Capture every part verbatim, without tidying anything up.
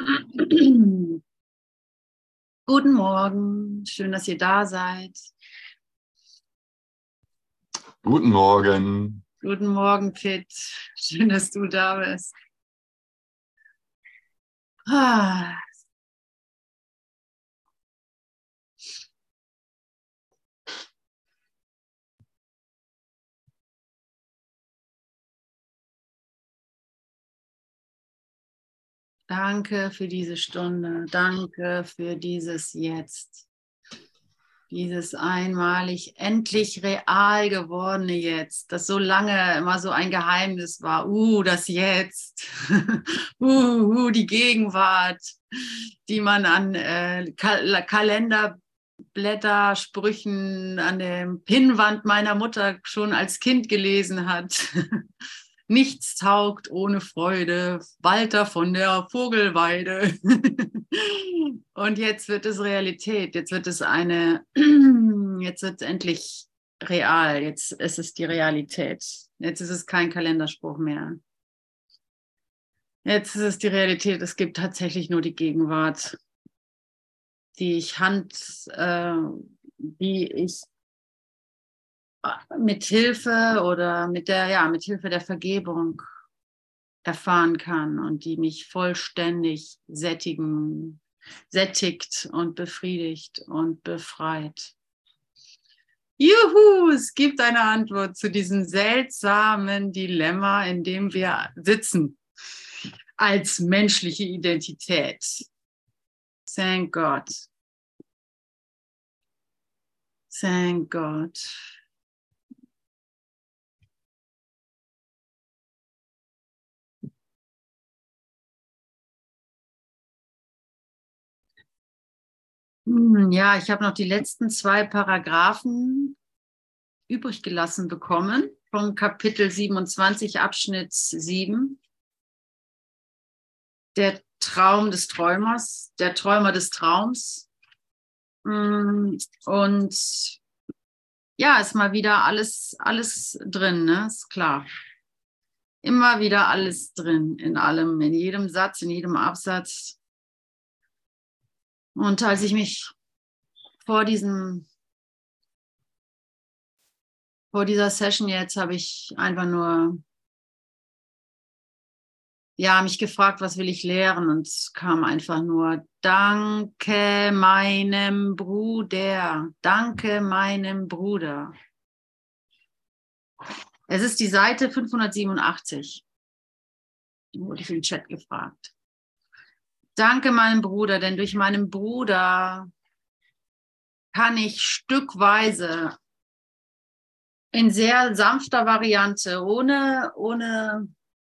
Guten Morgen, schön, dass ihr da seid. Guten Morgen. Guten Morgen, Pitt. Schön, dass du da bist. Ah. Danke für diese Stunde. Danke für dieses Jetzt. Dieses einmalig, endlich real gewordene Jetzt, das so lange immer so ein Geheimnis war. Uh, das Jetzt. uh, uh, die Gegenwart, die man an äh, Kal Kalenderblättersprüchen an der Pinnwand meiner Mutter schon als Kind gelesen hat. Nichts taugt ohne Freude, Walter von der Vogelweide. Und jetzt wird es Realität, jetzt wird es eine, jetzt wird es endlich real, jetzt ist es die Realität. Jetzt ist es kein Kalenderspruch mehr. Jetzt ist es die Realität, es gibt tatsächlich nur die Gegenwart, die ich Hand, äh, die ich mit Hilfe oder mit der, ja, mit Hilfe der Vergebung erfahren kann und die mich vollständig sättigen, sättigt und befriedigt und befreit. Juhu, es gibt eine Antwort zu diesem seltsamen Dilemma, in dem wir sitzen als menschliche Identität. Thank God. Thank God. Ja, ich habe noch die letzten zwei Paragraphen übrig gelassen bekommen vom Kapitel siebenundzwanzig, Abschnitt sieben. Der Traum des Träumers, der Träumer des Traums. Und ja, ist mal wieder alles, alles drin, ne? Ist klar. Immer wieder alles drin, in allem, in jedem Satz, in jedem Absatz. Und als ich mich vor diesem, vor dieser Session jetzt, habe ich einfach nur, ja, mich gefragt, was will ich lehren? Und es kam einfach nur, danke meinem Bruder, danke meinem Bruder. Es ist die Seite fünfhundertsiebenundachtzig. Die wurde ich im Chat gefragt. Danke meinem Bruder, denn durch meinen Bruder kann ich stückweise in sehr sanfter Variante, ohne, ohne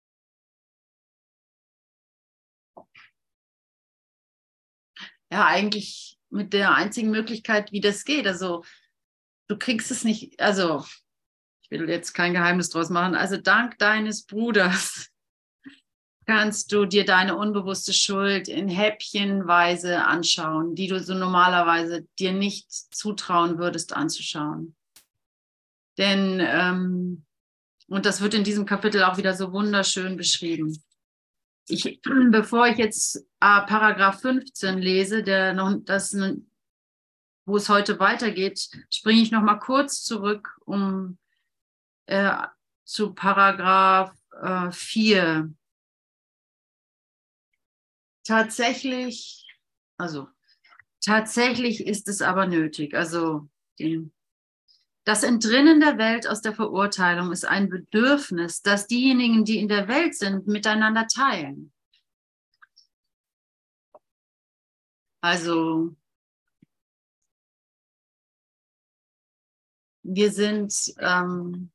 ja, eigentlich mit der einzigen Möglichkeit, wie das geht. Also du kriegst es nicht, also ich will jetzt kein Geheimnis draus machen, also dank deines Bruders kannst du dir deine unbewusste Schuld in Häppchenweise anschauen, die du so normalerweise dir nicht zutrauen würdest anzuschauen. Denn, ähm, und das wird in diesem Kapitel auch wieder so wunderschön beschrieben. Ich, bevor ich jetzt äh, Paragraph fünfzehn lese, der noch, das, wo es heute weitergeht, springe ich noch mal kurz zurück um äh, zu Paragraph äh, vier. Tatsächlich, also tatsächlich ist es aber nötig. Also die, das Entrinnen der Welt aus der Verurteilung ist ein Bedürfnis, das diejenigen, die in der Welt sind, miteinander teilen. Also wir sind, ähm,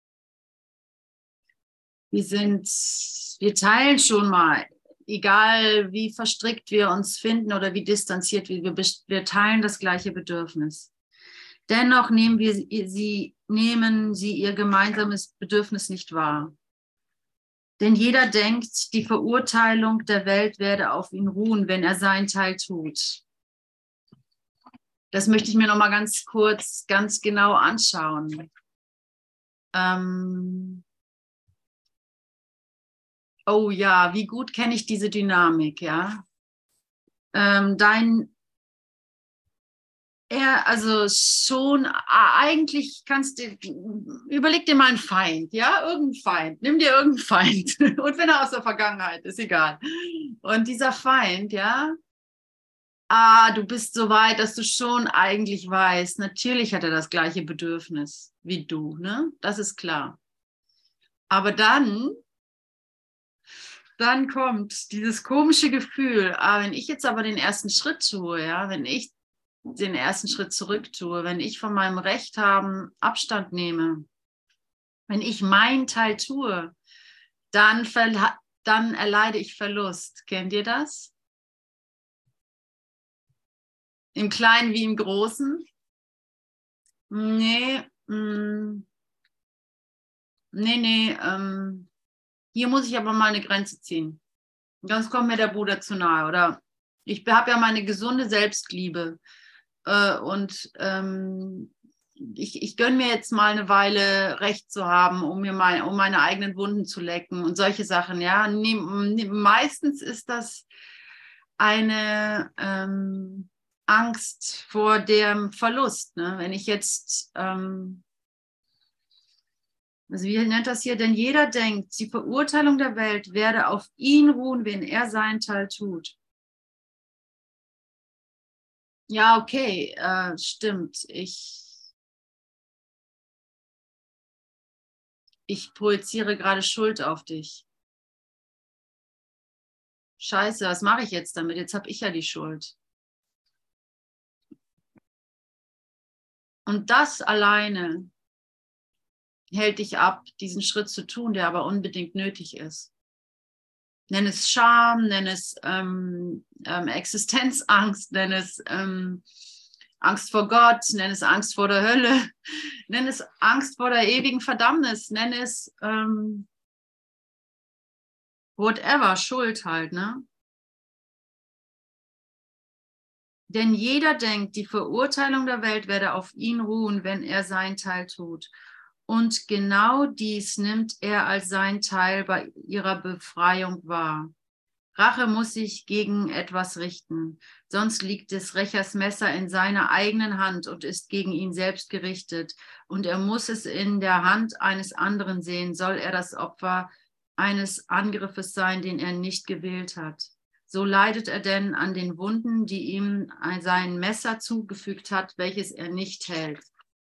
wir sind, wir teilen schon mal, egal wie verstrickt wir uns finden oder wie distanziert wir, wir, wir teilen das gleiche Bedürfnis. Dennoch nehmen wir sie, nehmen sie ihr gemeinsames Bedürfnis nicht wahr. Denn jeder denkt, die Verurteilung der Welt werde auf ihn ruhen, wenn er seinen Teil tut. Das möchte ich mir noch mal ganz kurz, ganz genau anschauen. Ähm oh ja, wie gut kenne ich diese Dynamik, ja? ähm, dein, er, also schon, eigentlich kannst du, überleg dir mal einen Feind, ja, irgendeinen Feind, nimm dir irgendeinen Feind und wenn er aus der Vergangenheit ist, egal. Und dieser Feind, ja, ah, du bist so weit, dass du schon eigentlich weißt, natürlich hat er das gleiche Bedürfnis wie du, ne? Das ist klar. Aber dann, dann kommt dieses komische Gefühl, ah, wenn ich jetzt aber den ersten Schritt tue, ja, wenn ich den ersten Schritt zurück tue, wenn ich von meinem Recht haben Abstand nehme, wenn ich meinen Teil tue, dann, dann erleide ich Verlust. Kennt ihr das? Im Kleinen wie im Großen? Nee, mh, nee, nee. Ähm, hier muss ich aber mal eine Grenze ziehen. Sonst kommt mir der Bruder zu nahe. Oder ich habe ja meine gesunde Selbstliebe. Äh, und ähm, ich, ich gönne mir jetzt mal eine Weile Recht zu haben, um mir mein, um meine eigenen Wunden zu lecken und solche Sachen. Ja, nie, nie, meistens ist das eine ähm, Angst vor dem Verlust. Ne? Wenn ich jetzt, ähm, also wie nennt das hier, denn jeder denkt, die Verurteilung der Welt werde auf ihn ruhen, wenn er seinen Teil tut. Ja, okay, äh, stimmt. Ich Ich projiziere gerade Schuld auf dich. Scheiße, was mache ich jetzt damit? Jetzt habe ich ja die Schuld. Und das alleine hält dich ab, diesen Schritt zu tun, der aber unbedingt nötig ist. Nenn es Scham, nenn es ähm, ähm, Existenzangst, nenn es ähm, Angst vor Gott, nenn es Angst vor der Hölle, nenn es Angst vor der ewigen Verdammnis, nenn es ähm, whatever, Schuld halt, ne? Denn jeder denkt, die Verurteilung der Welt werde auf ihn ruhen, wenn er seinen Teil tut. Und genau dies nimmt er als sein Teil bei ihrer Befreiung wahr. Rache muss sich gegen etwas richten, sonst liegt des Rächers Messer in seiner eigenen Hand und ist gegen ihn selbst gerichtet. Und er muss es in der Hand eines anderen sehen, soll er das Opfer eines Angriffes sein, den er nicht gewählt hat. So leidet er denn an den Wunden, die ihm sein Messer zugefügt hat, welches er nicht hält.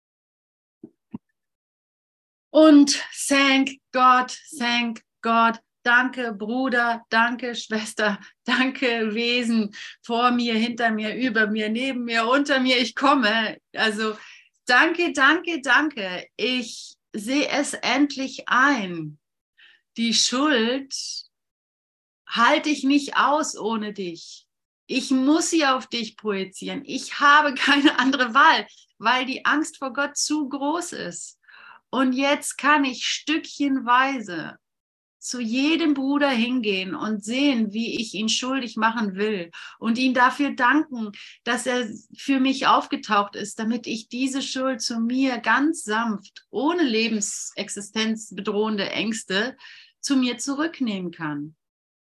Und thank God, thank God, danke Bruder, danke Schwester, danke Wesen vor mir, hinter mir, über mir, neben mir, unter mir, ich komme. Also danke, danke, danke. Ich sehe es endlich ein. Die Schuld halte ich nicht aus ohne dich. Ich muss sie auf dich projizieren. Ich habe keine andere Wahl, weil die Angst vor Gott zu groß ist. Und jetzt kann ich stückchenweise zu jedem Bruder hingehen und sehen, wie ich ihn schuldig machen will und ihm dafür danken, dass er für mich aufgetaucht ist, damit ich diese Schuld zu mir ganz sanft, ohne lebensexistenzbedrohende Ängste, zu mir zurücknehmen kann.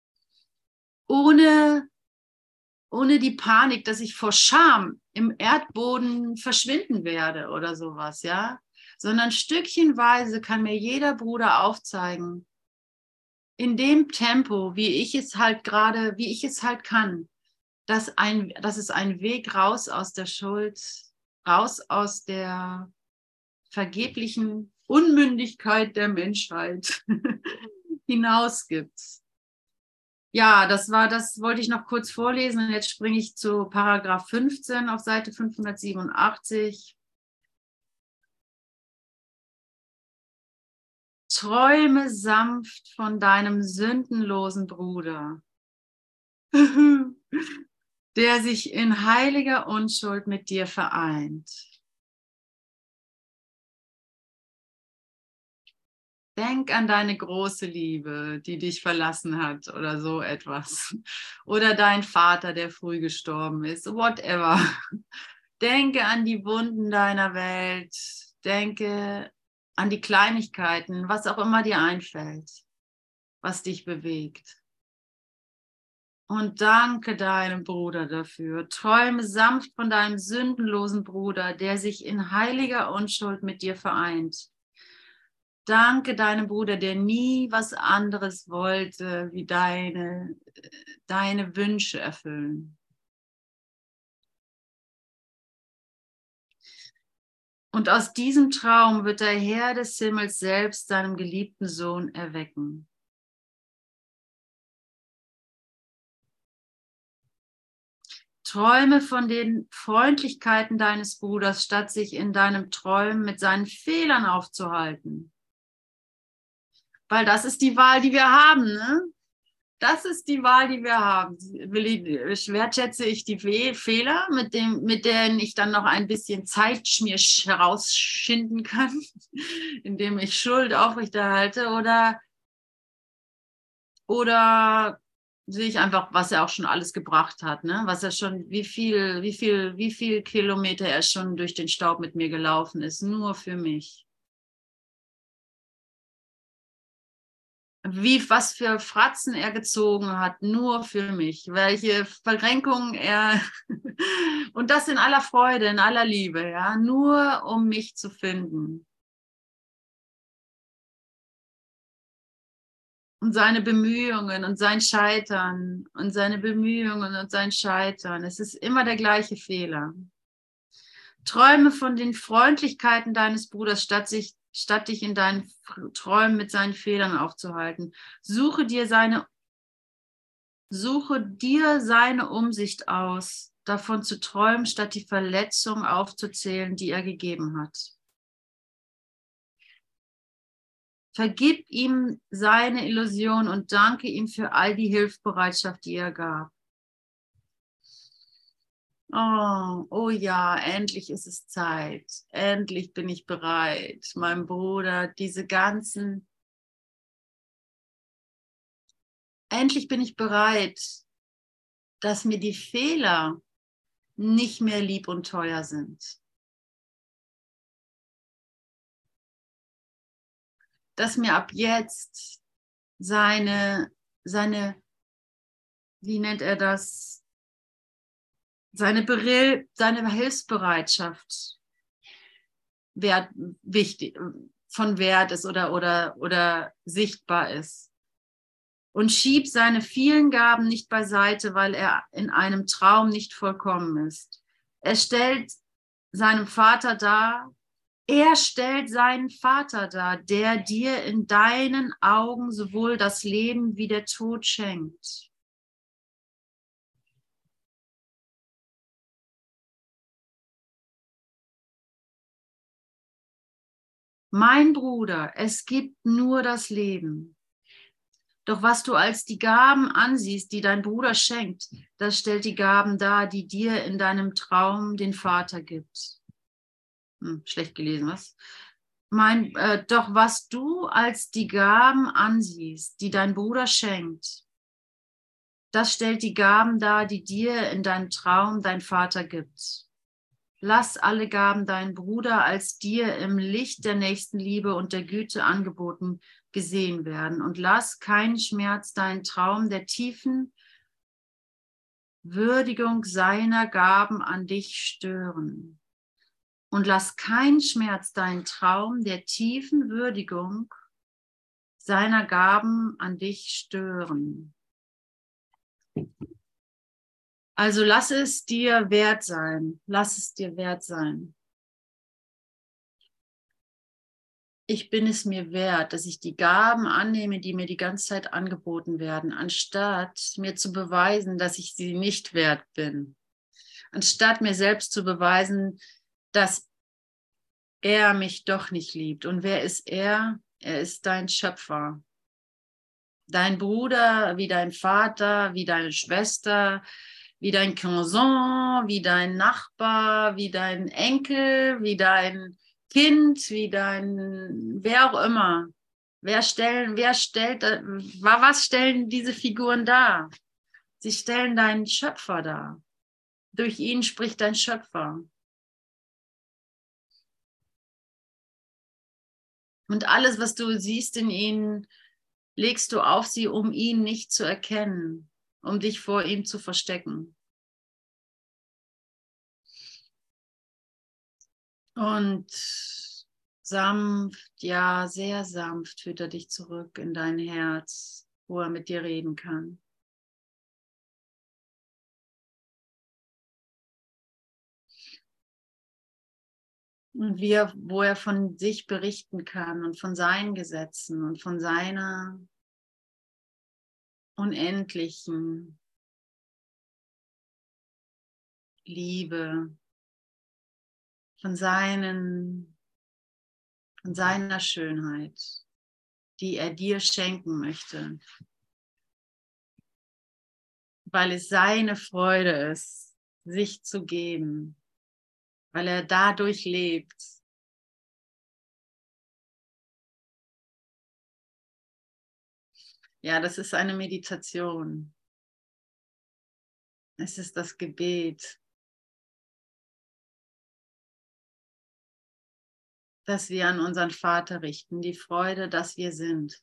Ohne, ohne die Panik, dass ich vor Scham im Erdboden verschwinden werde oder sowas, ja. Sondern stückchenweise kann mir jeder Bruder aufzeigen, in dem Tempo, wie ich es halt gerade, wie ich es halt kann, dass, ein, dass es ein Weg raus aus der Schuld, raus aus der vergeblichen Unmündigkeit der Menschheit hinaus gibt. Ja, das war, das wollte ich noch kurz vorlesen und jetzt springe ich zu Paragraph fünfzehn auf Seite fünfhundertsiebenundachtzig. Träume sanft von deinem sündenlosen Bruder, der sich in heiliger Unschuld mit dir vereint. Denk an deine große Liebe, die dich verlassen hat oder so etwas. Oder dein Vater, der früh gestorben ist, whatever. Denke an die Wunden deiner Welt. Denke an die Kleinigkeiten, was auch immer dir einfällt, was dich bewegt. Und danke deinem Bruder dafür. Träume sanft von deinem sündenlosen Bruder, der sich in heiliger Unschuld mit dir vereint. Danke deinem Bruder, der nie was anderes wollte, wie deine, deine Wünsche erfüllen. Und aus diesem Traum wird der Herr des Himmels selbst seinem geliebten Sohn erwecken. Träume von den Freundlichkeiten deines Bruders, statt sich in deinem Träumen mit seinen Fehlern aufzuhalten. Weil das ist die Wahl, die wir haben, ne? Das ist die Wahl, die wir haben. Wertschätze ich die Fehler, mit, dem, mit denen ich dann noch ein bisschen Zeit mir herausschinden kann, indem ich Schuld aufrechterhalte, oder, oder sehe ich einfach, was er auch schon alles gebracht hat, ne? Was er schon, wie viel, wie viel, wie viel Kilometer er schon durch den Staub mit mir gelaufen ist, nur für mich. Wie, was für Fratzen er gezogen hat, nur für mich, welche Verrenkungen er, und das in aller Freude, in aller Liebe, ja, nur um mich zu finden. Und seine Bemühungen und sein Scheitern und seine Bemühungen und sein Scheitern, es ist immer der gleiche Fehler. Träume von den Freundlichkeiten deines Bruders, statt, sich, statt dich in deinen Träumen mit seinen Fehlern aufzuhalten. Suche dir seine, suche dir seine Umsicht aus, davon zu träumen, statt die Verletzung aufzuzählen, die er gegeben hat. Vergib ihm seine Illusion und danke ihm für all die Hilfsbereitschaft, die er gab. Oh, oh ja, endlich ist es Zeit. Endlich bin ich bereit, meinem Bruder diese ganzen... Endlich bin ich bereit, dass mir die Fehler nicht mehr lieb und teuer sind. Dass mir ab jetzt seine, seine, wie nennt er das, seine, Berill, seine Hilfsbereitschaft wert, wichtig, von Wert ist oder, oder, oder sichtbar ist. Und schieb seine vielen Gaben nicht beiseite, weil er in einem Traum nicht vollkommen ist. Er stellt seinem Vater dar, er stellt seinen Vater dar, der dir in deinen Augen sowohl das Leben wie der Tod schenkt. Mein Bruder, es gibt nur das Leben. Doch was du als die Gaben ansiehst, die dein Bruder schenkt, das stellt die Gaben dar, die dir in deinem Traum den Vater gibt. Hm, schlecht gelesen, was? Mein, äh, doch was du als die Gaben ansiehst, die dein Bruder schenkt, das stellt die Gaben dar, die dir in deinem Traum dein Vater gibt. Lass alle Gaben deinen Bruder als dir im Licht der Nächstenliebe und der Güte angeboten gesehen werden und lass keinen Schmerz deinen Traum der tiefen Würdigung seiner Gaben an dich stören. Und lass keinen Schmerz deinen Traum der tiefen Würdigung seiner Gaben an dich stören. Also lass es dir wert sein. Lass es dir wert sein. Ich bin es mir wert, dass ich die Gaben annehme, die mir die ganze Zeit angeboten werden, anstatt mir zu beweisen, dass ich sie nicht wert bin. Anstatt mir selbst zu beweisen, dass er mich doch nicht liebt. Und wer ist er? Er ist dein Schöpfer. Dein Bruder, wie dein Vater, wie deine Schwester, wie dein Cousin, wie dein Nachbar, wie dein Enkel, wie dein Kind, wie dein, wer auch immer. Wer stellen, wer stellt, was stellen diese Figuren dar? Sie stellen deinen Schöpfer dar. Durch ihn spricht dein Schöpfer. Und alles, was du siehst in ihnen, legst du auf sie, um ihn nicht zu erkennen. um dich vor ihm zu verstecken. Und sanft, ja, sehr sanft führt er dich zurück in dein Herz, wo er mit dir reden kann. Und wie er, wo er von sich berichten kann und von seinen Gesetzen und von seiner unendlichen Liebe, von seinen, von seiner Schönheit, die er dir schenken möchte, weil es seine Freude ist, sich zu geben, weil er dadurch lebt. Ja, das ist eine Meditation. Es ist das Gebet, das wir an unseren Vater richten, die Freude, dass wir sind.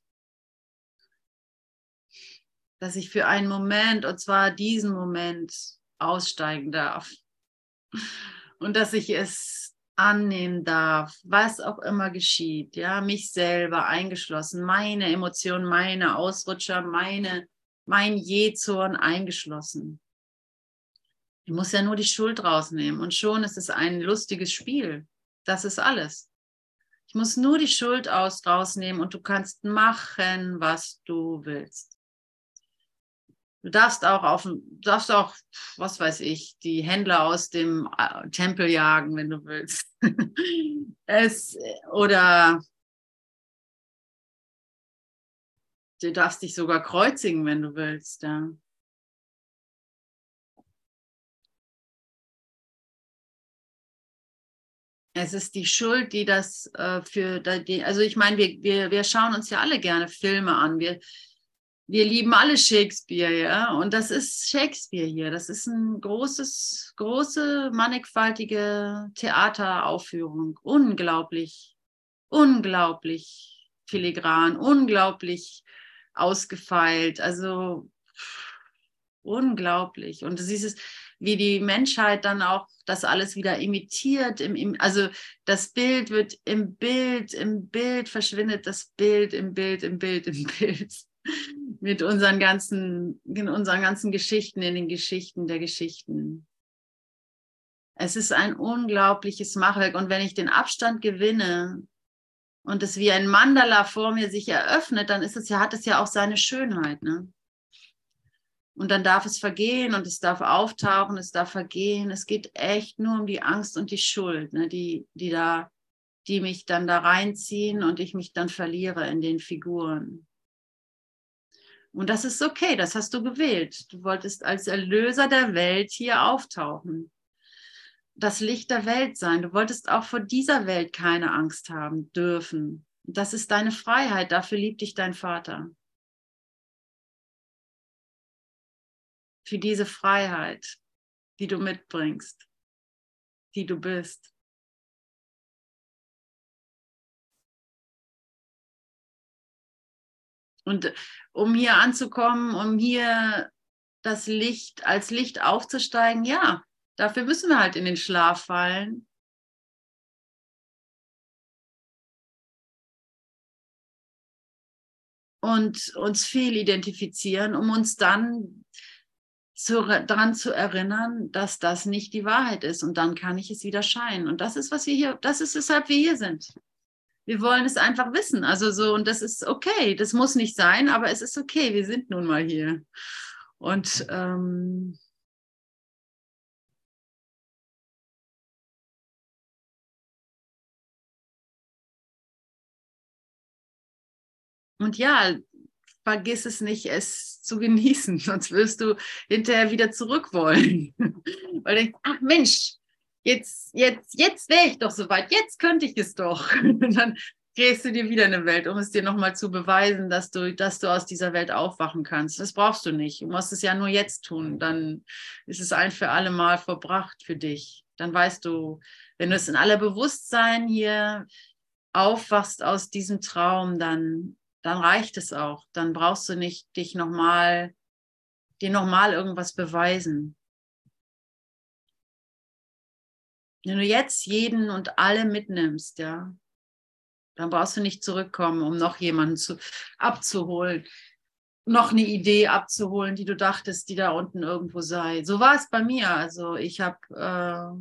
Dass ich für einen Moment, und zwar diesen Moment, aussteigen darf. Und dass ich es annehmen darf, was auch immer geschieht, ja, mich selber eingeschlossen, meine Emotionen, meine Ausrutscher, meine, mein Jähzorn eingeschlossen. Ich muss ja nur die Schuld rausnehmen und schon ist es ein lustiges Spiel. Das ist alles. Ich muss nur die Schuld aus, rausnehmen und du kannst machen, was du willst. Du darfst auch auf, du darfst auch, was weiß ich, die Händler aus dem Tempel jagen, wenn du willst. es, oder du darfst dich sogar kreuzigen, wenn du willst. Ja. Es ist die Schuld, die das äh, für, die, also ich meine, wir, wir, wir schauen uns ja alle gerne Filme an. Wir, Wir lieben alle Shakespeare, ja, und das ist Shakespeare hier. Das ist ein großes, große, mannigfaltige Theateraufführung. Unglaublich, unglaublich filigran, unglaublich ausgefeilt. Also unglaublich. Und du siehst es, wie die Menschheit dann auch das alles wieder imitiert. Im, im, also das Bild wird im Bild, im Bild verschwindet das Bild, im Bild, im Bild, im Bild. Mit unseren ganzen, in unseren ganzen Geschichten, in den Geschichten der Geschichten. Es ist ein unglaubliches Machwerk. Und wenn ich den Abstand gewinne und es wie ein Mandala vor mir sich eröffnet, dann ist es ja, hat es ja auch seine Schönheit, ne? Und dann darf es vergehen und es darf auftauchen, es darf vergehen. Es geht echt nur um die Angst und die Schuld, ne? die, die, da, die mich dann da reinziehen und ich mich dann verliere in den Figuren. Und das ist okay, das hast du gewählt. Du wolltest als Erlöser der Welt hier auftauchen. Das Licht der Welt sein. Du wolltest auch vor dieser Welt keine Angst haben dürfen. Das ist deine Freiheit, dafür liebt dich dein Vater. Für diese Freiheit, die du mitbringst, die du bist. Und um hier anzukommen, um hier das Licht als Licht aufzusteigen, ja, dafür müssen wir halt in den Schlaf fallen. Und uns viel identifizieren, um uns dann zu, daran zu erinnern, dass das nicht die Wahrheit ist. Und dann kann ich es wieder scheinen. Und das ist, was wir hier, das ist, weshalb wir hier sind. Wir wollen es einfach wissen. Also so, und das ist okay. Das muss nicht sein, aber es ist okay. Wir sind nun mal hier. Und ähm, und ja, vergiss es nicht, es zu genießen, sonst wirst du hinterher wieder zurück wollen. Weil du denkst, ach Mensch, jetzt, jetzt, jetzt wäre ich doch soweit, jetzt könnte ich es doch. Und dann drehst du dir wieder eine Welt, um es dir nochmal zu beweisen, dass du, dass du aus dieser Welt aufwachen kannst. Das brauchst du nicht. Du musst es ja nur jetzt tun. Dann ist es ein für alle Mal verbracht für dich. Dann weißt du, wenn du es in aller Bewusstsein hier aufwachst aus diesem Traum, dann dann reicht es auch. Dann brauchst du nicht dich nochmal dir nochmal irgendwas beweisen. Wenn du jetzt jeden und alle mitnimmst, ja, dann brauchst du nicht zurückkommen, um noch jemanden zu, abzuholen, noch eine Idee abzuholen, die du dachtest, die da unten irgendwo sei. So war es bei mir. Also ich habe äh,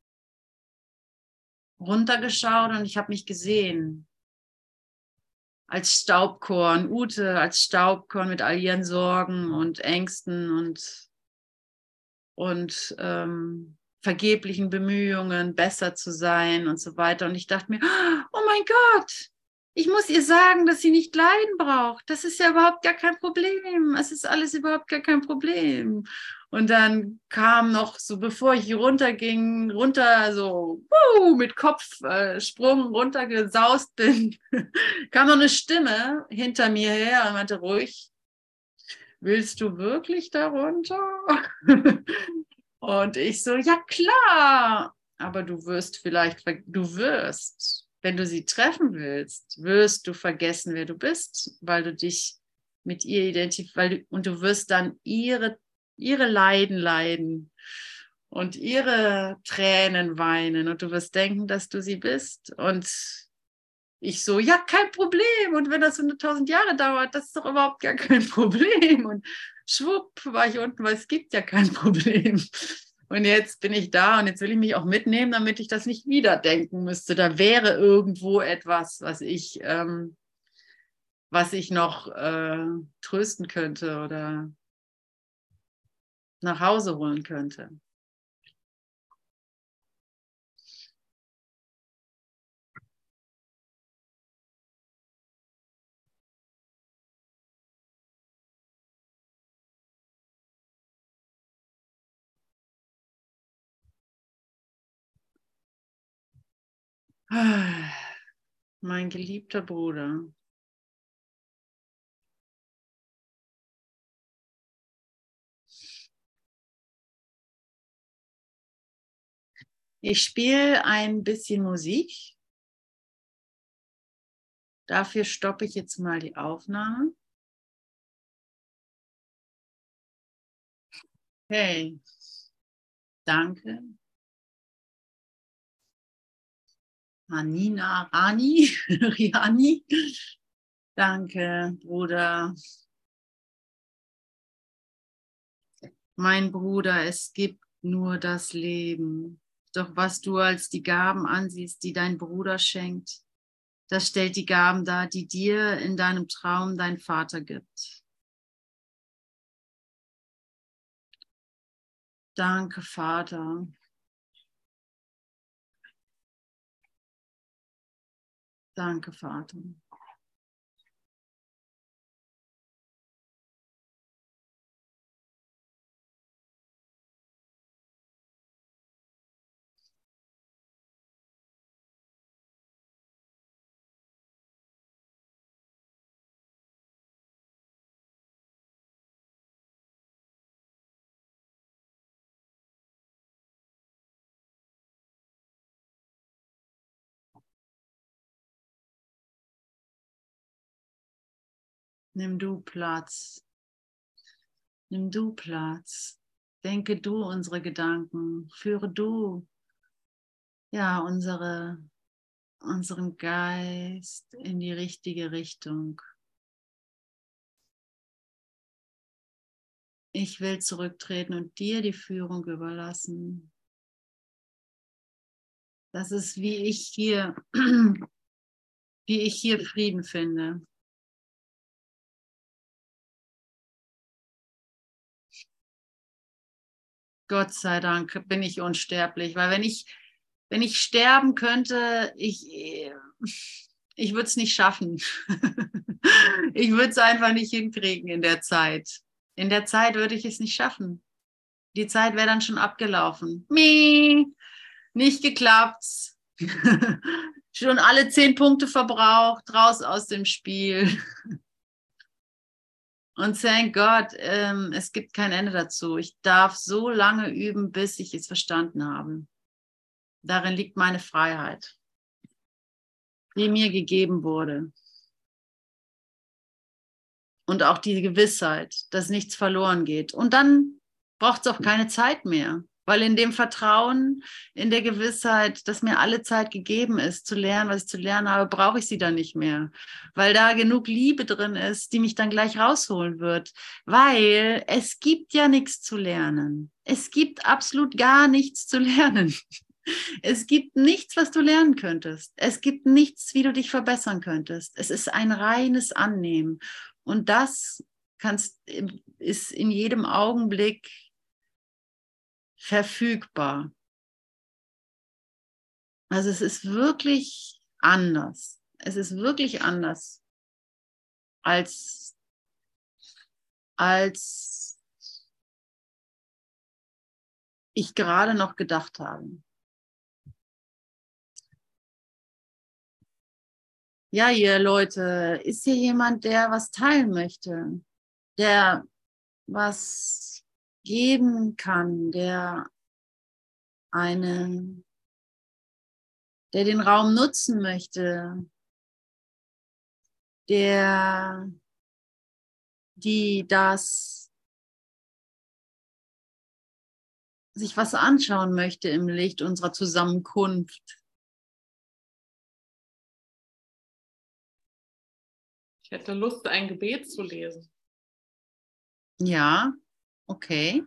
runtergeschaut und ich habe mich gesehen als Staubkorn, Ute als Staubkorn mit all ihren Sorgen und Ängsten und, und ähm, vergeblichen Bemühungen, besser zu sein und so weiter. Und ich dachte mir, oh mein Gott, ich muss ihr sagen, dass sie nicht leiden braucht. Das ist ja überhaupt gar kein Problem. Es ist alles überhaupt gar kein Problem. Und dann kam noch so, bevor ich runterging, runter so wuh, mit Kopfsprung runtergesaust bin, kam noch eine Stimme hinter mir her und meinte, ruhig, willst du wirklich da runter? Und ich so, ja klar, aber du wirst vielleicht, du wirst, wenn du sie treffen willst, wirst du vergessen, wer du bist, weil du dich mit ihr identifizierst und du wirst dann ihre, ihre Leiden leiden und ihre Tränen weinen und du wirst denken, dass du sie bist. Und ich so, ja, kein Problem. Und wenn das so eine tausend Jahre dauert, das ist doch überhaupt gar kein Problem. Und schwupp war ich unten, weil es gibt ja kein Problem. Und jetzt bin ich da und jetzt will ich mich auch mitnehmen, damit ich das nicht wieder denken müsste. Da wäre irgendwo etwas, was ich, ähm, was ich noch äh, trösten könnte oder nach Hause holen könnte. Mein geliebter Bruder. Ich spiele ein bisschen Musik. Dafür stoppe ich jetzt mal die Aufnahme. Hey, danke. Hanina Rani, Riani. Danke, Bruder. Mein Bruder, es gibt nur das Leben. Doch was du als die Gaben ansiehst, die dein Bruder schenkt, das stellt die Gaben dar, die dir in deinem Traum dein Vater gibt. Danke, Vater. Danke, Vater. Nimm du Platz. Nimm du Platz. Denke du unsere Gedanken. Führe du ja unsere, unseren Geist in die richtige Richtung. Ich will zurücktreten und dir die Führung überlassen. Das ist, wie ich hier, wie ich hier Frieden finde. Gott sei Dank bin ich unsterblich, weil wenn ich, wenn ich sterben könnte, ich, ich würde es nicht schaffen. Ich würde es einfach nicht hinkriegen in der Zeit. In der Zeit würde ich es nicht schaffen. Die Zeit wäre dann schon abgelaufen. Mie, nicht geklappt. Schon alle zehn Punkte verbraucht, raus aus dem Spiel. Und thank Gott, ähm, es gibt kein Ende dazu. Ich darf so lange üben, bis ich es verstanden habe. Darin liegt meine Freiheit, die mir gegeben wurde. Und auch die Gewissheit, dass nichts verloren geht. Und dann braucht es auch keine Zeit mehr. Weil in dem Vertrauen, in der Gewissheit, dass mir alle Zeit gegeben ist, zu lernen, was ich zu lernen habe, brauche ich sie dann nicht mehr. Weil da genug Liebe drin ist, die mich dann gleich rausholen wird. Weil es gibt ja nichts zu lernen. Es gibt absolut gar nichts zu lernen. Es gibt nichts, was du lernen könntest. Es gibt nichts, wie du dich verbessern könntest. Es ist ein reines Annehmen. Und das kannst, ist in jedem Augenblick verfügbar. Also es ist wirklich anders. Es ist wirklich anders als, als ich gerade noch gedacht habe. Ja, ihr Leute, ist hier jemand, der was teilen möchte, der was geben kann, der eine, der den Raum nutzen möchte, der, die das sich was anschauen möchte im Licht unserer Zusammenkunft. Ich hätte Lust, ein Gebet zu lesen. Ja, okay.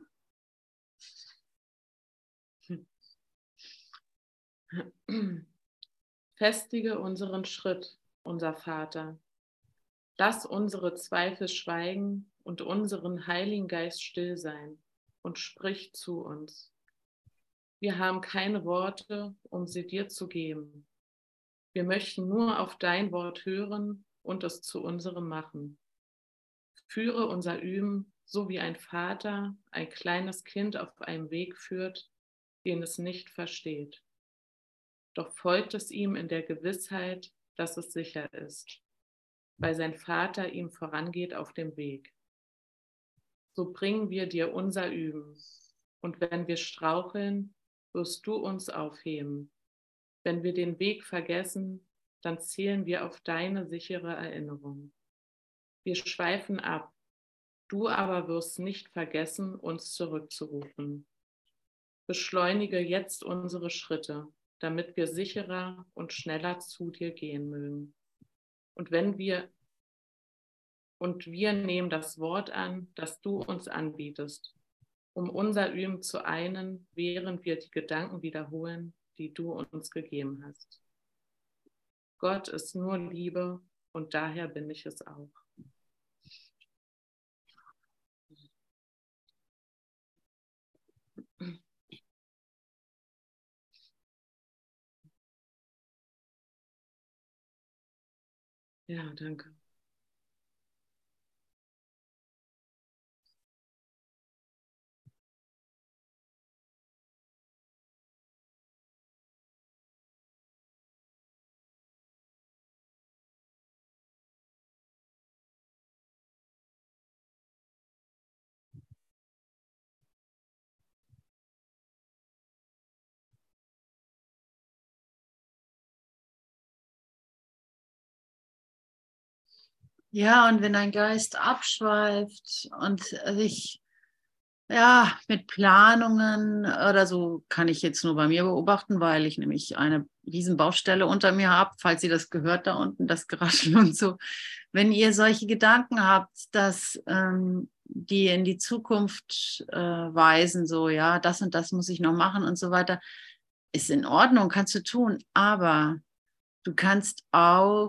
Festige unseren Schritt, unser Vater. Lass unsere Zweifel schweigen und unseren Heiligen Geist still sein und sprich zu uns. Wir haben keine Worte, um sie dir zu geben. Wir möchten nur auf dein Wort hören und es zu unserem machen. Führe unser Üben, so wie ein Vater ein kleines Kind auf einem Weg führt, den es nicht versteht. Doch folgt es ihm in der Gewissheit, dass es sicher ist, weil sein Vater ihm vorangeht auf dem Weg. So bringen wir dir unser Üben, und wenn wir straucheln, wirst du uns aufheben. Wenn wir den Weg vergessen, dann zählen wir auf deine sichere Erinnerung. Wir schweifen ab, du aber wirst nicht vergessen, uns zurückzurufen. Beschleunige jetzt unsere Schritte, damit wir sicherer und schneller zu dir gehen mögen. Und wenn wir und wir nehmen das Wort an, das du uns anbietest, um unser Üben zu einen, während wir die Gedanken wiederholen, die du uns gegeben hast. Gott ist nur Liebe und daher bin ich es auch. Ja, danke. Ja, und wenn ein Geist abschweift und sich ja mit Planungen oder so, kann ich jetzt nur bei mir beobachten, weil ich nämlich eine riesen Baustelle unter mir habe, falls ihr das gehört da unten, das Geraschel und so. Wenn ihr solche Gedanken habt, dass ähm, die in die Zukunft äh, weisen, so ja, das und das muss ich noch machen und so weiter, ist in Ordnung, kannst du tun, aber du kannst auch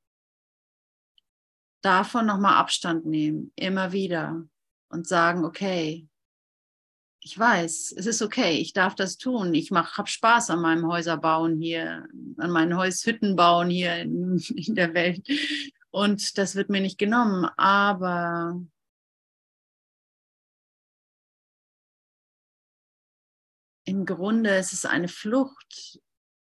davon nochmal Abstand nehmen, immer wieder und sagen, okay, ich weiß, es ist okay, ich darf das tun. Ich habe Spaß an meinem Häuserbauen hier, an meinen Häushüttenbauen hier in, in der Welt. Und das wird mir nicht genommen. Aber im Grunde ist es eine Flucht.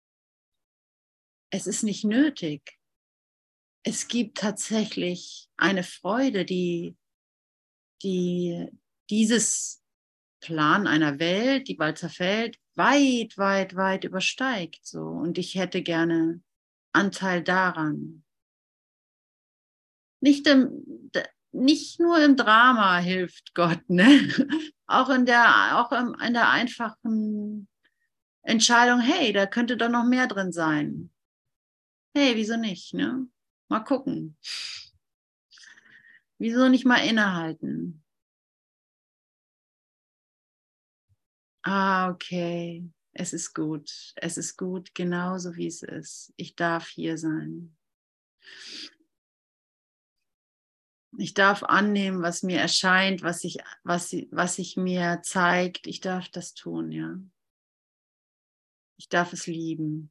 Es ist nicht nötig. Es gibt tatsächlich eine Freude, die, die dieses Plan einer Welt, die bald zerfällt, weit, weit, weit übersteigt. So. Und ich hätte gerne Anteil daran. Nicht, nicht nur im Drama hilft Gott, ne? Auch in der, auch in der einfachen Entscheidung, hey, da könnte doch noch mehr drin sein. Hey, wieso nicht, ne? Mal gucken. Wieso nicht mal innehalten? Ah, okay. Es ist gut. Es ist gut, genauso wie es ist. Ich darf hier sein. Ich darf annehmen, was mir erscheint, was sich was, was sich mir zeigt. Ich darf das tun, ja. Ich darf es lieben.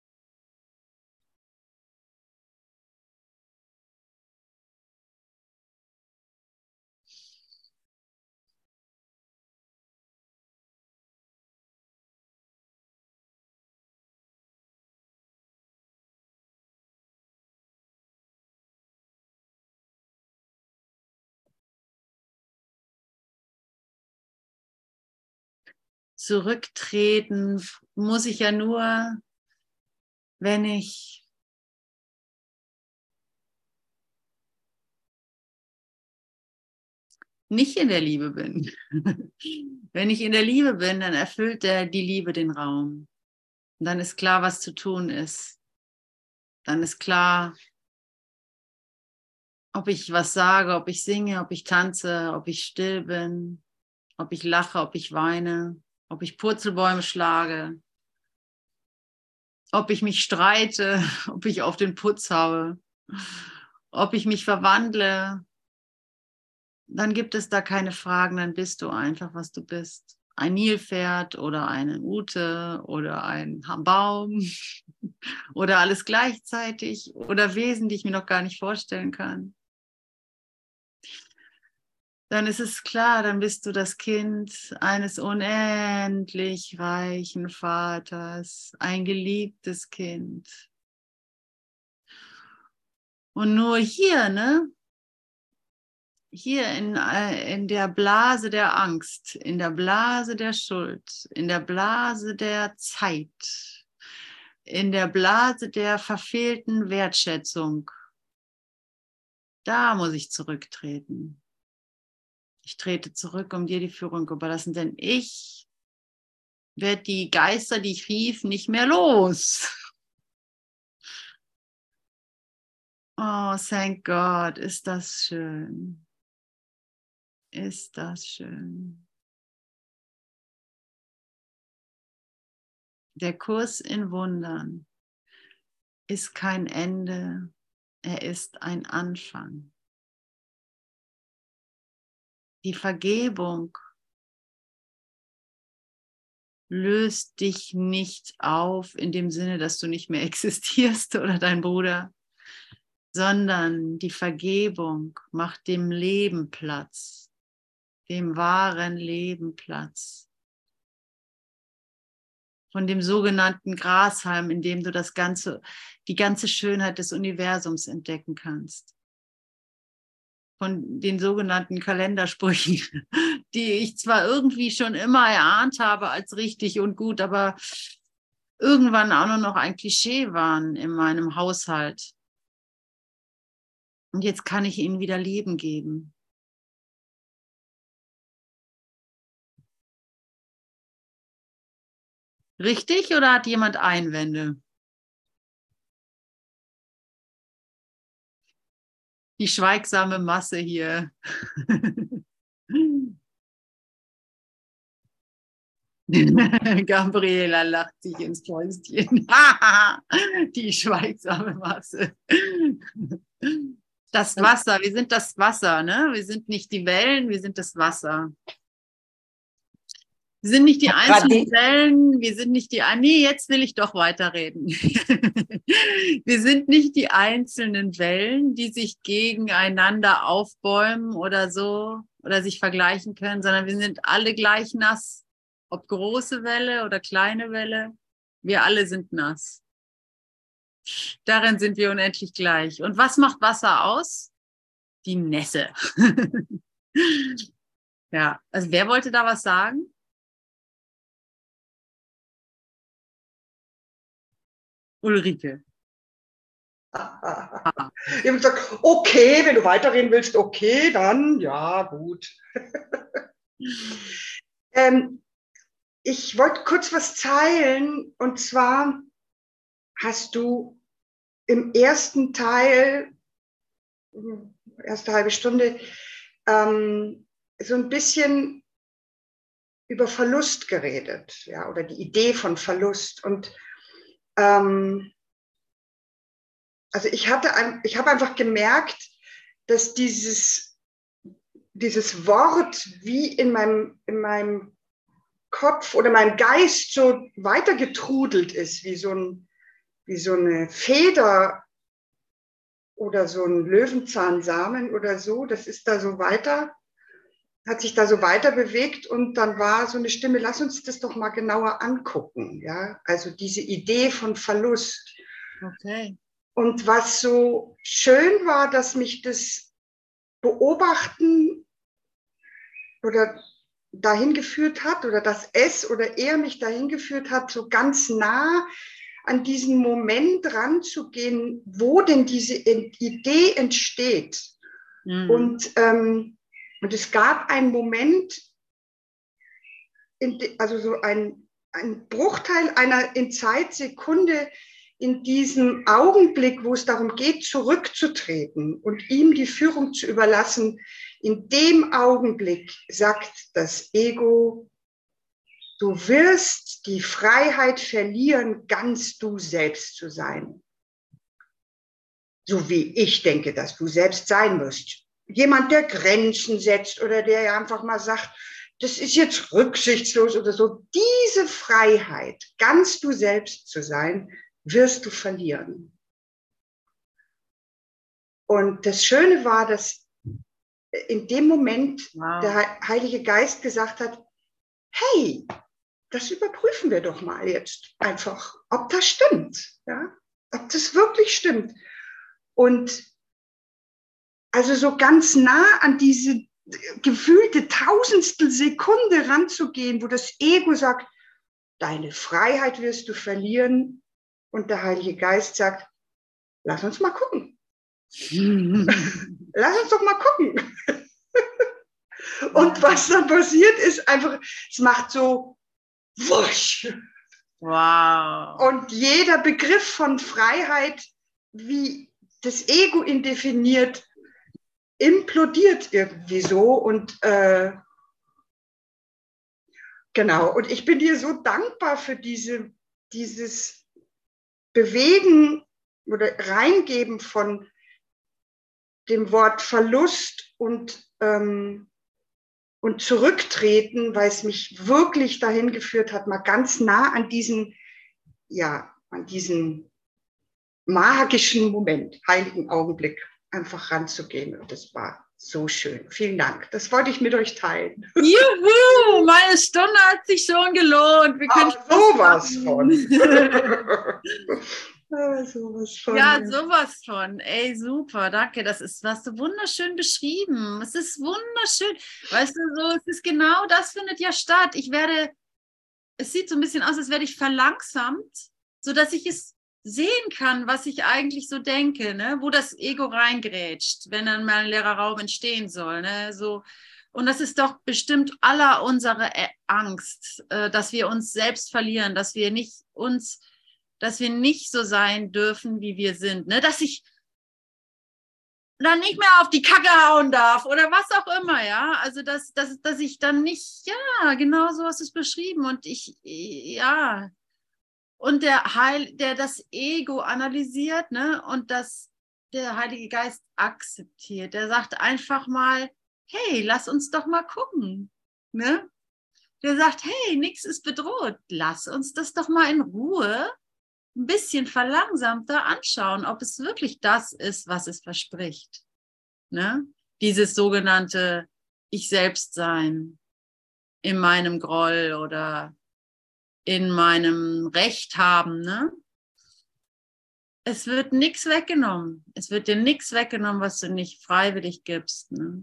Zurücktreten muss ich ja nur, wenn ich nicht in der Liebe bin. Wenn ich in der Liebe bin, dann erfüllt der, die Liebe den Raum. Und dann ist klar, was zu tun ist. Dann ist klar, ob ich was sage, ob ich singe, ob ich tanze, ob ich still bin, ob ich lache, ob ich weine, ob ich Purzelbäume schlage, ob ich mich streite, ob ich auf den Putz habe, ob ich mich verwandle. Dann gibt es da keine Fragen, dann bist du einfach, was du bist. Ein Nilpferd oder eine Ute oder ein Baum oder alles gleichzeitig oder Wesen, die ich mir noch gar nicht vorstellen kann. Dann ist es klar, dann bist du das Kind eines unendlich reichen Vaters, ein geliebtes Kind. Und nur hier, ne? Hier in, in der Blase der Angst, in der Blase der Schuld, in der Blase der Zeit, in der Blase der verfehlten Wertschätzung, da muss ich zurücktreten. Ich trete zurück, um dir die Führung zu überlassen, denn ich werde die Geister, die ich rief, nicht mehr los. Oh, thank God, ist das schön. Ist das schön. Der Kurs in Wundern ist kein Ende, er ist ein Anfang. Die Vergebung löst dich nicht auf in dem Sinne, dass du nicht mehr existierst oder dein Bruder, sondern die Vergebung macht dem Leben Platz, dem wahren Leben Platz. Von dem sogenannten Grashalm, in dem du das ganze, die ganze Schönheit des Universums entdecken kannst. Von den sogenannten Kalendersprüchen, die ich zwar irgendwie schon immer erahnt habe als richtig und gut, aber irgendwann auch nur noch ein Klischee waren in meinem Haushalt. Und jetzt kann ich ihnen wieder Leben geben. Richtig oder hat jemand Einwände? Die schweigsame Masse hier. Gabriela lacht sich ins Fäustchen. Die schweigsame Masse. Das Wasser, wir sind das Wasser, ne? Wir sind nicht die Wellen, wir sind das Wasser. Wir sind nicht die einzelnen Wellen, wir sind nicht die, nee, jetzt will ich doch weiterreden. Wir sind nicht die einzelnen Wellen, die sich gegeneinander aufbäumen oder so oder sich vergleichen können, sondern wir sind alle gleich nass. Ob große Welle oder kleine Welle, wir alle sind nass. Darin sind wir unendlich gleich. Und was macht Wasser aus? Die Nässe. Ja, also wer wollte da was sagen? Ulrike. Ich habe gesagt, okay, wenn du weiterreden willst, okay, dann ja, gut. ähm, ich wollte kurz was teilen, und zwar hast du im ersten Teil, erste halbe Stunde, ähm, so ein bisschen über Verlust geredet, ja, oder die Idee von Verlust. Und ähm, also ich hatte, ein, ich habe einfach gemerkt, dass dieses, dieses Wort wie in meinem, in meinem Kopf oder meinem Geist so weitergetrudelt ist, wie so, ein, wie so eine Feder oder so ein Löwenzahnsamen oder so. Das ist da so weiter, hat sich da so weiter bewegt, und dann war so eine Stimme, lass uns das doch mal genauer angucken. Ja? Also diese Idee von Verlust. Okay. Und was so schön war, dass mich das Beobachten oder dahin geführt hat, oder dass es oder er mich dahin geführt hat, so ganz nah an diesen Moment ranzugehen, wo denn diese Idee entsteht. Mhm. Und, ähm, und es gab einen Moment, in de, also so ein, ein Bruchteil einer in Zeitsekunde, in diesem Augenblick, wo es darum geht, zurückzutreten und ihm die Führung zu überlassen. In dem Augenblick sagt das Ego, du wirst die Freiheit verlieren, ganz du selbst zu sein. So wie ich denke, dass du selbst sein musst. Jemand, der Grenzen setzt oder der einfach mal sagt, das ist jetzt rücksichtslos oder so. Diese Freiheit, ganz du selbst zu sein, wirst du verlieren. Und das Schöne war, dass in dem Moment wow. der Heilige Geist gesagt hat, hey, das überprüfen wir doch mal jetzt einfach, ob das stimmt, ja? Ob das wirklich stimmt. Und also so ganz nah an diese gefühlte Tausendstel Sekunde ranzugehen, wo das Ego sagt, deine Freiheit wirst du verlieren, und der Heilige Geist sagt, lass uns mal gucken. Lass uns doch mal gucken. Und was dann passiert ist, einfach, es macht so wusch. Wow. Und jeder Begriff von Freiheit, wie das Ego ihn definiert, implodiert irgendwie so. Und äh, genau, und ich bin dir so dankbar für diese, dieses Bewegen oder Reingeben von dem Wort Verlust und, ähm, und Zurücktreten, weil es mich wirklich dahin geführt hat, mal ganz nah an diesen, ja, an diesen magischen Moment, heiligen Augenblick einfach ranzugehen. Und das war so schön. Vielen Dank. Das wollte ich mit euch teilen. Juhu, meine Stunde hat sich schon gelohnt. Wir können ah, sowas von. ah, sowas von. Ja, sowas von. Ey, super, danke. Das ist, hast du wunderschön beschrieben. Es ist wunderschön. Weißt du, so, es ist genau das findet ja statt. Ich werde, es sieht so ein bisschen aus, als werde ich verlangsamt, sodass ich es sehen kann, was ich eigentlich so denke, ne? Wo das Ego reingrätscht, wenn dann mal ein leerer Raum entstehen soll. Ne? So. Und das ist doch bestimmt aller unsere Angst, äh, dass wir uns selbst verlieren, dass wir nicht uns, dass wir nicht so sein dürfen, wie wir sind. Ne? Dass ich dann nicht mehr auf die Kacke hauen darf oder was auch immer, ja. Also dass, dass, dass ich dann nicht, ja, genau so hast du es beschrieben. Und ich, ja, und der Heil, der das Ego analysiert, ne, und das der Heilige Geist akzeptiert. Der sagt einfach mal, hey, lass uns doch mal gucken, ne? Der sagt, hey, nichts ist bedroht, lass uns das doch mal in Ruhe ein bisschen verlangsamter anschauen, ob es wirklich das ist, was es verspricht, ne? Dieses sogenannte Ich-Selbst-Sein in meinem Groll oder in meinem Recht haben, ne? Es wird nichts weggenommen. Es wird dir nichts weggenommen, was du nicht freiwillig gibst, ne?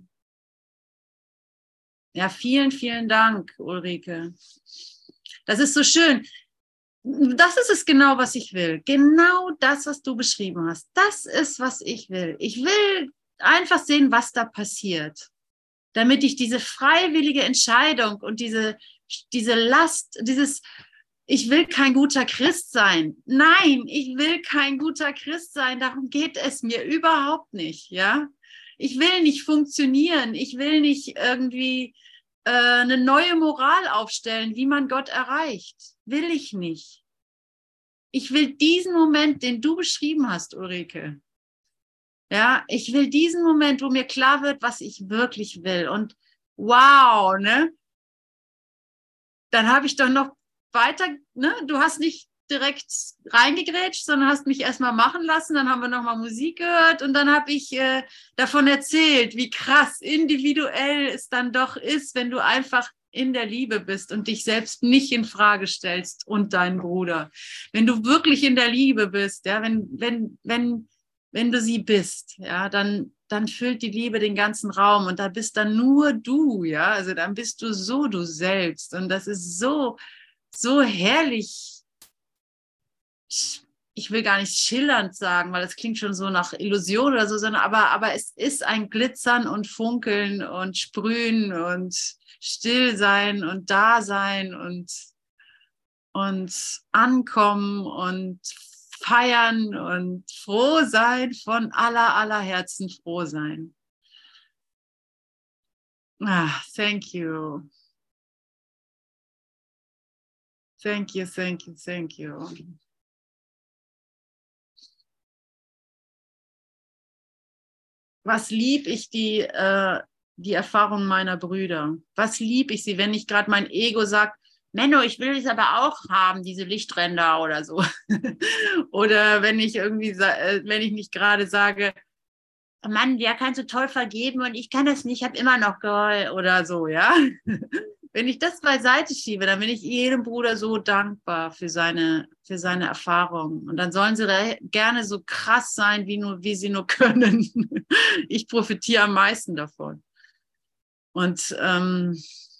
Ja, vielen, vielen Dank, Ulrike. Das ist so schön. Das ist es genau, was ich will. Genau das, was du beschrieben hast. Das ist, was ich will. Ich will einfach sehen, was da passiert, damit ich diese freiwillige Entscheidung und diese, diese Last, dieses, ich will kein guter Christ sein. Nein, ich will kein guter Christ sein. Darum geht es mir überhaupt nicht. Ja, ich will nicht funktionieren. Ich will nicht irgendwie äh, eine neue Moral aufstellen, wie man Gott erreicht. Will ich nicht. Ich will diesen Moment, den du beschrieben hast, Ulrike. Ja, ich will diesen Moment, wo mir klar wird, was ich wirklich will. Und wow, ne? Dann habe ich doch noch weiter, ne? Du hast nicht direkt reingegrätscht, sondern hast mich erstmal machen lassen. Dann haben wir nochmal Musik gehört und dann habe ich äh, davon erzählt, wie krass individuell es dann doch ist, wenn du einfach in der Liebe bist und dich selbst nicht in Frage stellst und deinen Bruder. Wenn du wirklich in der Liebe bist, ja, wenn, wenn, wenn, wenn du sie bist, ja, dann, dann füllt die Liebe den ganzen Raum und da bist dann nur du, ja, also dann bist du so du selbst und das ist so, so herrlich. Ich will gar nicht schillernd sagen, weil das klingt schon so nach Illusion oder so, sondern aber, aber es ist ein Glitzern und Funkeln und Sprühen und Stillsein und Dasein und, und Ankommen und Feiern und froh sein, von aller, aller Herzen froh sein. Ah, thank you. Thank you, thank you, thank you. Was lieb ich die, äh, die Erfahrung meiner Brüder? Was lieb ich sie, wenn nicht gerade mein Ego sagt, Menno, ich will es aber auch haben, diese Lichtränder oder so. Oder wenn ich irgendwie, äh, wenn ich nicht gerade sage, Mann, der kann so toll vergeben und ich kann das nicht, ich habe immer noch Groll oder so, ja. Wenn ich das beiseite schiebe, dann bin ich jedem Bruder so dankbar für seine, für seine Erfahrungen. Und dann sollen sie gerne so krass sein, wie, nur, wie sie nur können. Ich profitiere am meisten davon. Und ähm,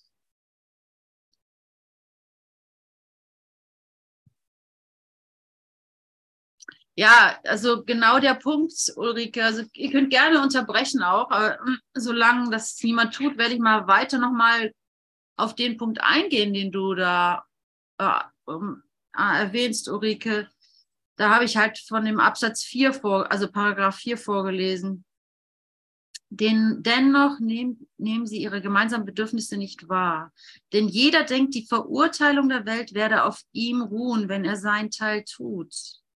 ja, also genau der Punkt, Ulrike. Also ihr könnt gerne unterbrechen auch, aber solange das niemand tut, werde ich mal weiter nochmal auf den Punkt eingehen, den du da äh, um, äh, erwähnst, Ulrike. Da habe ich halt von dem Absatz vier, vor, also Paragraph vier vorgelesen. Den, dennoch nehm, nehmen sie ihre gemeinsamen Bedürfnisse nicht wahr. Denn jeder denkt, die Verurteilung der Welt werde auf ihm ruhen, wenn er seinen Teil tut.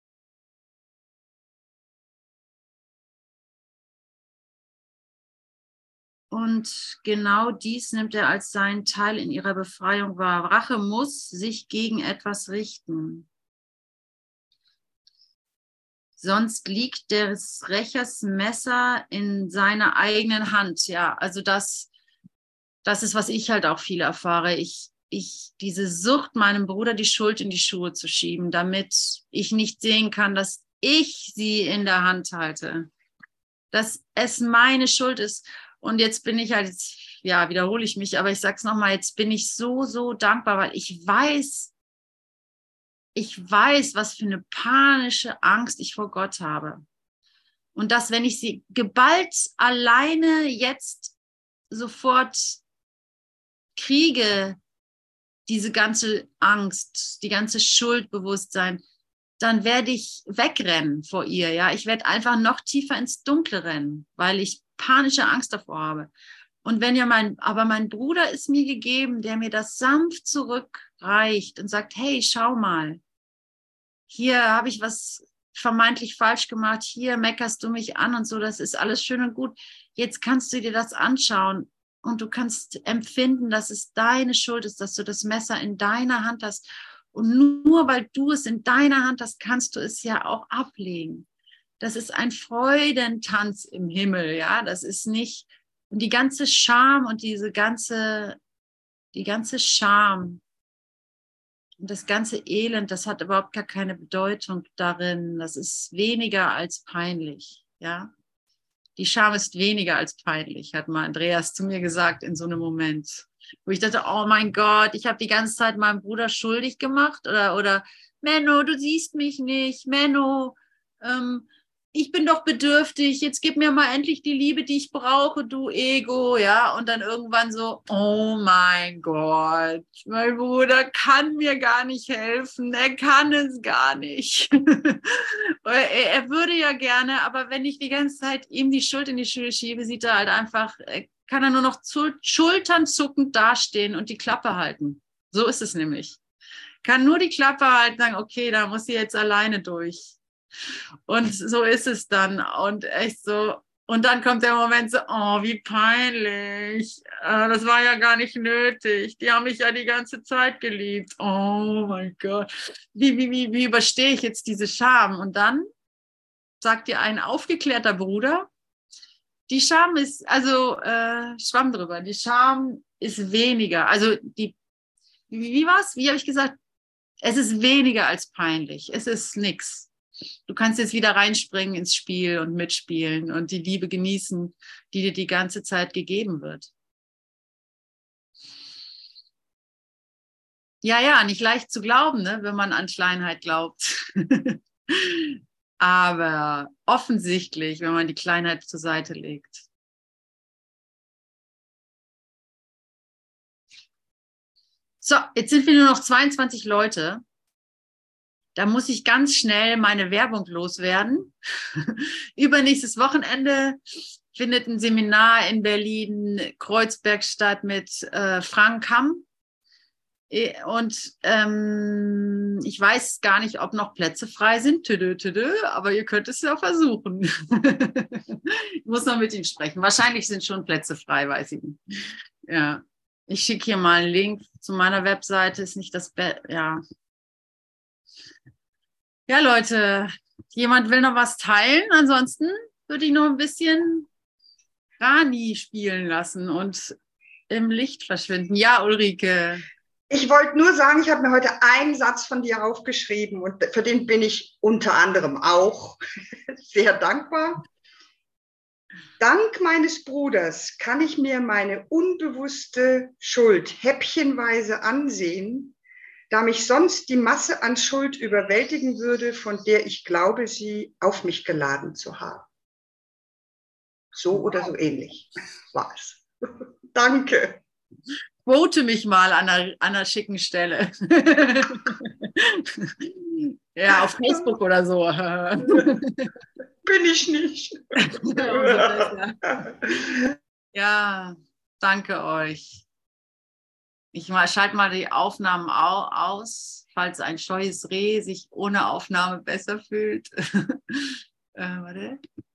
Und genau dies nimmt er als seinen Teil in ihrer Befreiung wahr. Rache muss sich gegen etwas richten. Sonst liegt des Rächers Messer in seiner eigenen Hand. Ja, also das, das ist, was ich halt auch viel erfahre. Ich, ich, diese Sucht, meinem Bruder die Schuld in die Schuhe zu schieben, damit ich nicht sehen kann, dass ich sie in der Hand halte. Dass es meine Schuld ist. Und jetzt bin ich halt, jetzt, ja, wiederhole ich mich, aber ich sage es nochmal, jetzt bin ich so, so dankbar, weil ich weiß, ich weiß, was für eine panische Angst ich vor Gott habe. Und dass, wenn ich sie geballt alleine jetzt sofort kriege, diese ganze Angst, die ganze Schuldbewusstsein, dann werde ich wegrennen vor ihr. Ja, ich werde einfach noch tiefer ins Dunkle rennen, weil ich panische Angst davor habe. Und wenn ja mein, aber mein Bruder ist mir gegeben, der mir das sanft zurückreicht und sagt, hey, schau mal, hier habe ich was vermeintlich falsch gemacht, hier meckerst du mich an und so, das ist alles schön und gut. Jetzt kannst du dir das anschauen und du kannst empfinden, dass es deine Schuld ist, dass du das Messer in deiner Hand hast. Und nur weil du es in deiner Hand hast, kannst du es ja auch ablegen. Das ist ein Freudentanz im Himmel, ja. Das ist nicht, und die ganze Scham und diese ganze, die ganze Scham und das ganze Elend, das hat überhaupt gar keine Bedeutung darin. Das ist weniger als peinlich, ja. Die Scham ist weniger als peinlich, hat mal Andreas zu mir gesagt in so einem Moment, wo ich dachte, oh mein Gott, ich habe die ganze Zeit meinem Bruder schuldig gemacht oder, oder Menno, du siehst mich nicht. Menno, ähm, ich bin doch bedürftig. Jetzt gib mir mal endlich die Liebe, die ich brauche, du Ego. Ja, und dann irgendwann so, oh mein Gott, mein Bruder kann mir gar nicht helfen. Er kann es gar nicht. er, er würde ja gerne, aber wenn ich die ganze Zeit ihm die Schuld in die Schuhe schiebe, sieht er halt einfach, kann er nur noch zu, schulternzuckend dastehen und die Klappe halten. So ist es nämlich. Kann nur die Klappe halten, sagen, okay, da muss sie jetzt alleine durch. Und so ist es dann. Und echt so. Und dann kommt der Moment so, oh, wie peinlich. Das war ja gar nicht nötig. Die haben mich ja die ganze Zeit geliebt. Oh mein Gott. Wie, wie, wie, wie überstehe ich jetzt diese Scham? Und dann sagt dir ein aufgeklärter Bruder, die Scham ist, also äh, Schwamm drüber, die Scham ist weniger. Also die, wie, wie war's? Wie habe ich gesagt? Es ist weniger als peinlich. Es ist nix. Du kannst jetzt wieder reinspringen ins Spiel und mitspielen und die Liebe genießen, die dir die ganze Zeit gegeben wird. Ja, ja, nicht leicht zu glauben, ne, wenn man an Kleinheit glaubt. Aber offensichtlich, wenn man die Kleinheit zur Seite legt. So, jetzt sind wir nur noch zweiundzwanzig Leute. Da muss ich ganz schnell meine Werbung loswerden. Übernächstes Wochenende findet ein Seminar in Berlin-Kreuzberg statt mit äh, Frank Hamm. Und ähm, ich weiß gar nicht, ob noch Plätze frei sind, tüdö, tüdö, aber ihr könnt es ja versuchen. Ich muss noch mit ihm sprechen. Wahrscheinlich sind schon Plätze frei, weiß ich nicht. Ja. Ich schicke hier mal einen Link zu meiner Webseite. Ist nicht das Be- ja. Ja, Leute, jemand will noch was teilen? Ansonsten würde ich noch ein bisschen Rani spielen lassen und im Licht verschwinden. Ja, Ulrike. Ich wollte nur sagen, ich habe mir heute einen Satz von dir aufgeschrieben und für den bin ich unter anderem auch sehr dankbar. Dank meines Bruders kann ich mir meine unbewusste Schuld häppchenweise ansehen, da mich sonst die Masse an Schuld überwältigen würde, von der ich glaube, sie auf mich geladen zu haben. So oder so ähnlich war es. Danke. Quote mich mal an einer, an einer schicken Stelle. Ja, auf Facebook oder so. Bin ich nicht. Ja, danke euch. Ich schalte mal die Aufnahmen aus, falls ein scheues Reh sich ohne Aufnahme besser fühlt. äh, warte.